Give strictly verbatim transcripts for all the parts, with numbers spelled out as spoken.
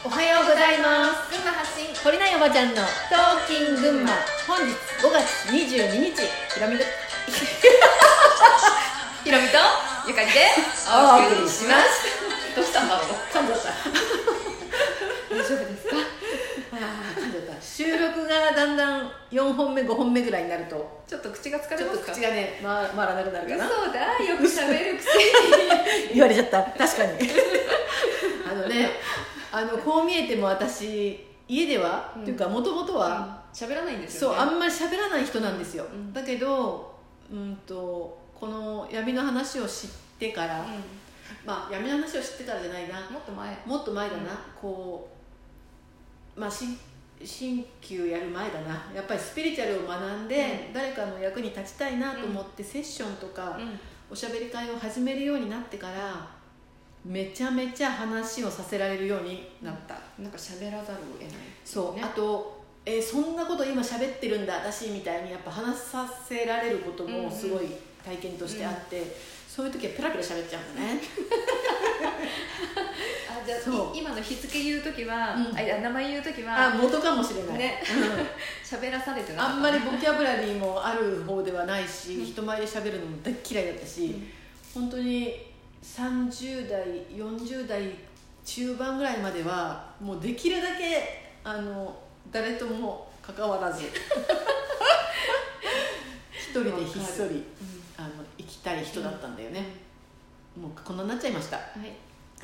おはようございます。 群馬発信懲りないおばちゃんのトーキン群馬。本日ごがつにじゅうににち、ひろみとひろみとゆかりでお送りします。 どうしたんだろう。 噛んじゃった大丈夫ですか。 あー噛んじゃった。収録がだんだんよんほんめごほんめぐらいになるとちょっと口が疲れちょっますか。 と口がね、ま、回らなくなるかな。 嘘だ、よく喋るくせに言われちゃった。確かにあのね、あのこう見えても私家では、うん、っていうかもともとは喋、うん、らないんですよね。 そう、あんまり喋らない人なんですよ、うん、だけど、うんとこの闇の話を知ってから、うん、まあ闇の話を知ってからじゃないな、 もっと前もっと前だな、うん、こうまあ新新旧やる前だな、やっぱりスピリチュアルを学んで、うん、誰かの役に立ちたいなと思って、うん、セッションとか、うん、おしゃべり会を始めるようになってからめちゃめちゃ話をさせられるようになった、 うん、なんか喋らざるを得ない、ね、 そう、あと、えー、そんなこと今喋ってるんだ私みたいにやっぱ話させられることもすごい体験としてあって、うんうん、そういう時はペラペラ喋っちゃうんだねあ、じゃあ今の日付言う時は、うん、あ、名前言う時はあ、元かもしれないね、喋、うん、らされてなかった、ね、 あんまりボキャブラリーもある方ではないし、うん、人前で喋るのも大っ嫌いだったし、うん、本当にさんじゅうだいよんじゅうだい中盤ぐらいまではもうできるだけあの誰とも関わらず一人でひっそり、うん、あの生きたい人だったんだよね、うん、もうこんなになっちゃいました。はい、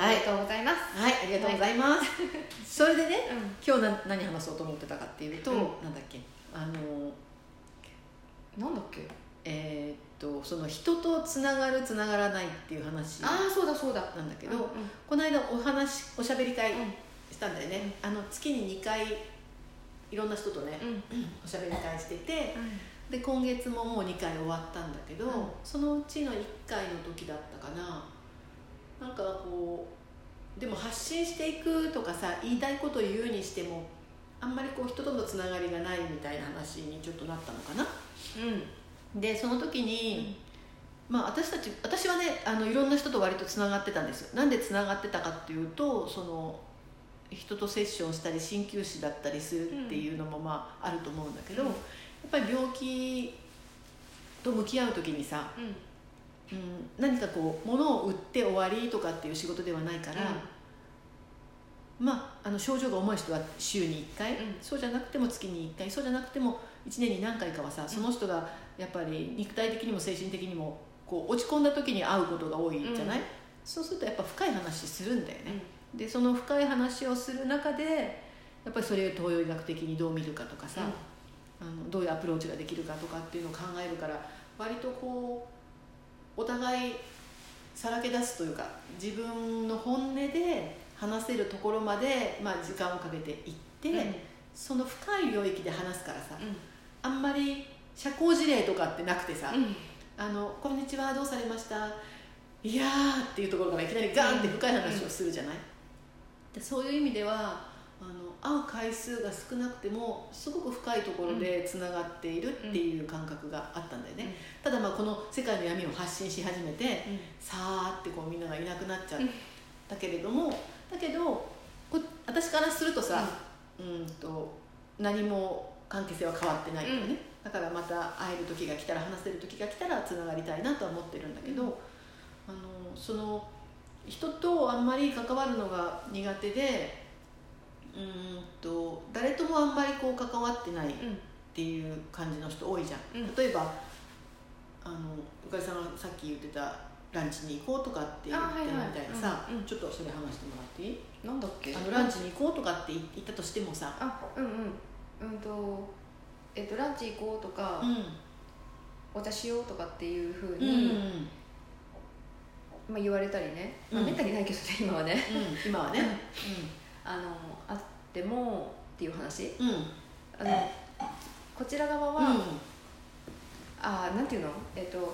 ありがとうございます。 はい、ありがとうございます、はい、それでね、うん、今日な何話そうと思ってたかっていうと、うん、なんだっけ、あのなんだっけえー、っとその人とつながるつながらないっていう話、 ああそうだそうだなんだけど、 うんうん、 この間お話おしゃべり会したんだよね、うん、あの月ににかいいろんな人とね、うん、おしゃべり会してて、うん、で今月ももうにかい終わったんだけど、うん、そのうちのいっかいの時だったかな、なんかこうでも発信していくとかさ、言いたいことを言うにしてもあんまりこう人とのつながりがないみたいな話にちょっとなったのかな、うん、でその時に、うん、まあ私たち私はね、あのいろんな人と割とつながってたんですよ。なんでつながってたかっていうと、その人とセッションしたり鍼灸師だったりするっていうのもまああると思うんだけど、うん、やっぱり病気と向き合う時にさ、うんうん、何かこう物を売って終わりとかっていう仕事ではないから、うん、まあ、あの症状が重い人は週にいっかい、うん、そうじゃなくても月にいっかい、そうじゃなくてもいちねんに何回かはさ、その人がやっぱり肉体的にも精神的にもこう落ち込んだ時に会うことが多いじゃない、うん、そうするとやっぱ深い話するんだよね、うん、でその深い話をする中でやっぱりそれを東洋医学的にどう見るかとかさ、うん、あのどういうアプローチができるかとかっていうのを考えるから、割とこうお互いさらけ出すというか、自分の本音で話せるところまで、まあ、時間をかけていって、うん、その深い領域で話すからさ、うん、あんまり社交辞令とかってなくてさ、うん、あのこんにちはどうされました、いやーっていうところからいきなりガーンって深い話をするじゃない、でそういう意味ではあの会う回数が少なくてもすごく深いところでつながっているっていう感覚があったんだよね、うん、ただまあこの世界の闇を発信し始めて、うん、さーってこうみんながいなくなっちゃったけれども、だけどこ私からするとさ、うん、うんと何も関係性は変わってないからね、うん、だからまた会える時が来たら、話せる時が来たらつながりたいなとは思ってるんだけど、うん、あのその人とあんまり関わるのが苦手で、うんと誰ともあんまりこう関わってないっていう感じの人多いじゃん、うん、例えばあのゆかりさんがさっき言ってたランチに行こうとかって言ってみたいなさ、ちょっとそれ話してもらっていい？ なんだっけ？ あのランチに行こうとかって言ったとしてもさ、 あ、うんうんうんとえっとランチ行こうとか、うん、お茶しようとかっていう風に、うんうん、まあ、言われたりね、まあ、めったにないけどね、今はね、 うん、今はね、うん、 あのあってもっていう話、 うん、 あのこちら側は、うん、あ、なんていうの、えっと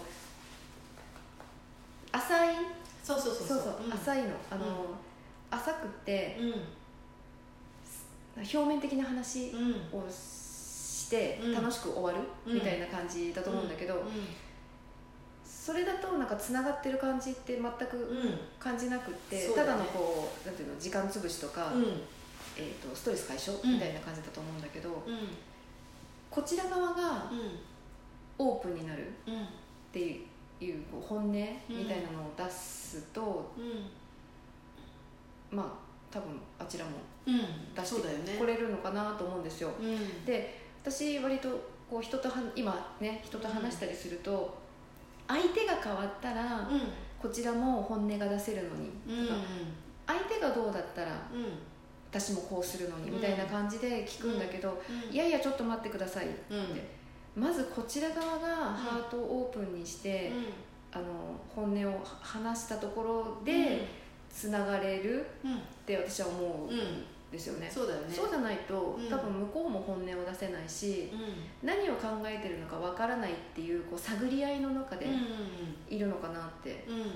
浅い、 そうそうそうそう、そうそう、 うん、浅いの、あの、うん、浅くて、うん、表面的な話をして楽しく終わる、うん、みたいな感じだと思うんだけど、うんうん、それだとなんかつながってる感じって全く感じなくって、うん、ただのこうなんていうの、時間つぶしとか、うん、 えー、とストレス解消みたいな感じだと思うんだけど、うん、こちら側がオープンになるっていう、いう本音みたいなのを出すと、うん、まあ多分あちらも出してこれるのかなと思うんですよ、うん、で私割とこう人とは今ね人と話したりすると、相手が変わったら、うん、こちらも本音が出せるのに、うん、相手がどうだったら、うん、私もこうするのにみたいな感じで聞くんだけど、うん、いやいやちょっと待ってくださいって、うん、まずこちら側がハートをオープンにして、うん、あの本音を話したところでつながれるって私は思うんですよね、うん、そうだよね。そうじゃないと、うん、多分向こうも本音を出せないし、うん、何を考えてるのかわからないっていう、こう探り合いの中でいるのかなって思って、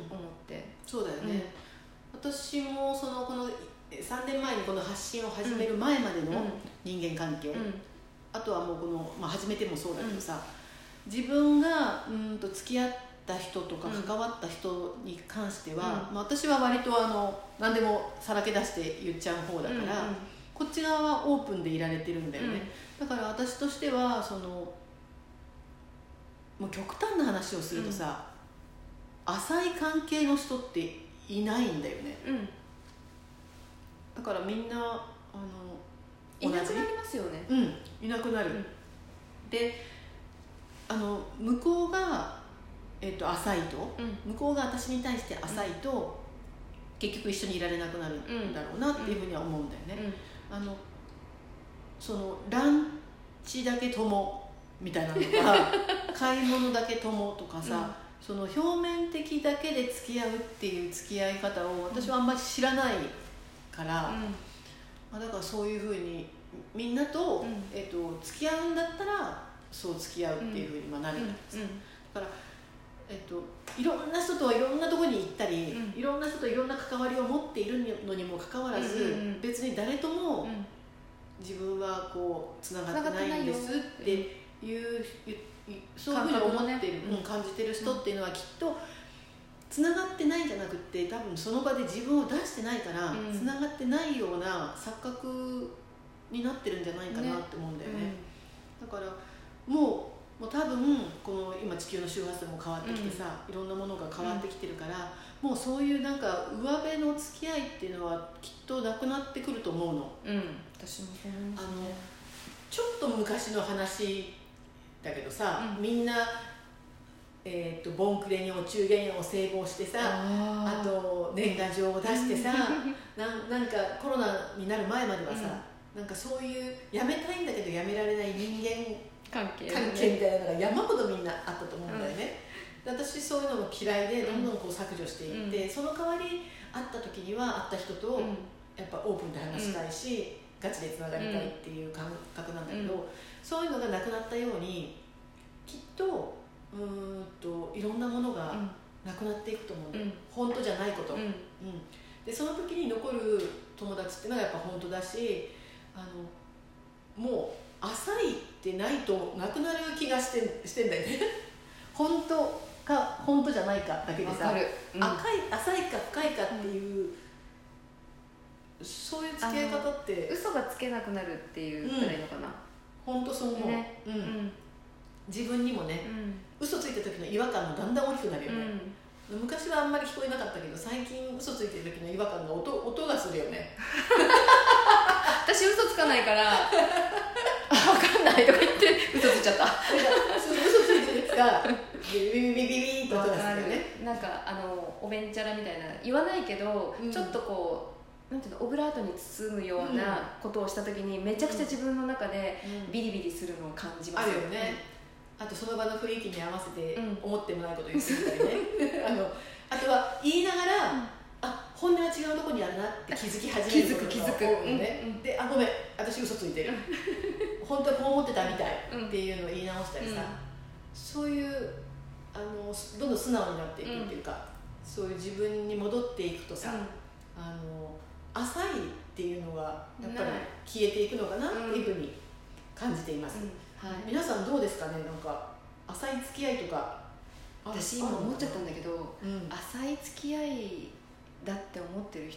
うん、 そうだよね、うん、私もそのこのさんねんまえにこの発信を始める前までの人間関係、うん、あとはもうこの、まあ、始めてもそうだけどさ、うん、自分がうんと付き合った人とか関わった人に関しては、うんまあ、私は割とあの何でもさらけ出して言っちゃう方だから、うんうん、こっち側はオープンでいられてるんだよね、うん、だから私としてはそのもう極端な話をするとさ、うん、浅い関係の人っていないんだよね、うん、だからみんなあのいなくなりますよね。 うん、いなくなる、うん、であの向こうが、えー、と浅いと、うん、向こうが私に対して浅いと、うん、結局一緒にいられなくなるんだろうなっていうふうには思うんだよね、うん、あのそのランチだけ友みたいなのが買い物だけ友とかさ、うん、その表面的だけで付き合うっていう付き合い方を私はあんまり知らないから、うんまあ、だからそういうふうにみんなと、うんえー、と付き合うんだったらそう付き合うっていうふうになるんです、うんうん、だから、えー、といろんな人といろんなところに行ったり、うん、いろんな人といろんな関わりを持っているのにもかかわらず、うんうんうん、別に誰とも自分はこうつながってないんですっていう、うん、そういうふうに思ってる、ねうん、感じてる人っていうのはきっとつながってないんじゃなくて、多分その場で自分を出してないから、うん、つながってないような錯覚になってるんじゃないかなって思うんだよね、ねうん、だからもう、もう多分この今地球の周波数も変わってきてさ、うん、いろんなものが変わってきてるから、うん、もうそういうなんか上辺の付き合いっていうのはきっとなくなってくると思うの、 うん、私もそう思いますね。 あのちょっと昔の話だけどさ、うん、みんなえー、とボンクレにお中元を整合してさ あ, あと年賀状を出してさな, なんかコロナになる前まではさ、うん、なんかそういうやめたいんだけどやめられない人間関係、関係みたいなのが山ほどみんなあったと思うんだよね、うん、で私そういうのも嫌いでどんどんこう削除していって、うん、その代わり会った時には会った人とやっぱオープンで話したいし、うん、ガチでつながりたいっていう感覚なんだけど、うん、そういうのがなくなったようにきっとうーんといろんなものがなくなっていくと思う、うん、本当じゃないこと、うんうん、でその時に残る友達っていうのはやっぱ本当だし、あのもう浅いってないとなくなる気がして、してんだよね本当か本当じゃないかだけでさ、うん、赤い浅いか深いかっていう、うん、そういう付き合い方って嘘がつけなくなるっていうくらいのかな、 うん、本当そう思う、ねうんうん、自分にもね、うん嘘ついた時の違和感もだんだん大きくなるよね、うん、昔はあんまり聞こえなかったけど最近嘘ついてる時の違和感が 音, 音がするよね私嘘つかないから分かんないとか言って嘘ついちゃった嘘ついてる時がビビビビビビって音がするよね。 なんかあのおべんちゃらみたいな言わないけど、うん、ちょっとこうなんていうのオブラートに包むようなことをした時にめちゃくちゃ自分の中でビリビリするのを感じます、 うん、あるよね。あとその場の雰囲気に合わせて思ってもないこと言ってみたりね、うん、あのあとは言いながら、うん、あ本音は違うところにあるなって気づき始めることが多いよね、うん、であごめん私嘘ついてる本当はこう思ってたみたいっていうのを言い直したりさ、うん、そういうあのどんどん素直になっていくっていうか、そういう自分に戻っていくとさ、あの浅いっていうのがやっぱり消えていくのかなっていうふうに感じています、はい、皆さんどうですかね。なんか浅い付き合いとか私今思っちゃったんだけど、うん、浅い付き合いだって思ってる人は多分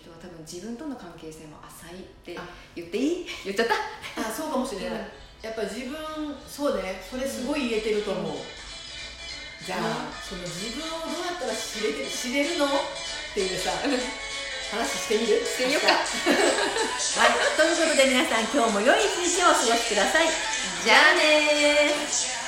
自分との関係性も浅いって言っていい？言っちゃった。 あ、そうかもしれない、うん、やっぱ自分、そうね、それすごい言えてると思う、うん、じゃあ、うん、その自分をどうやったら知れて知れるのっていうさ話してみる？ してみようかはい、 ということで皆さん、今日も良い一日をお過ごしください。 じゃあねー。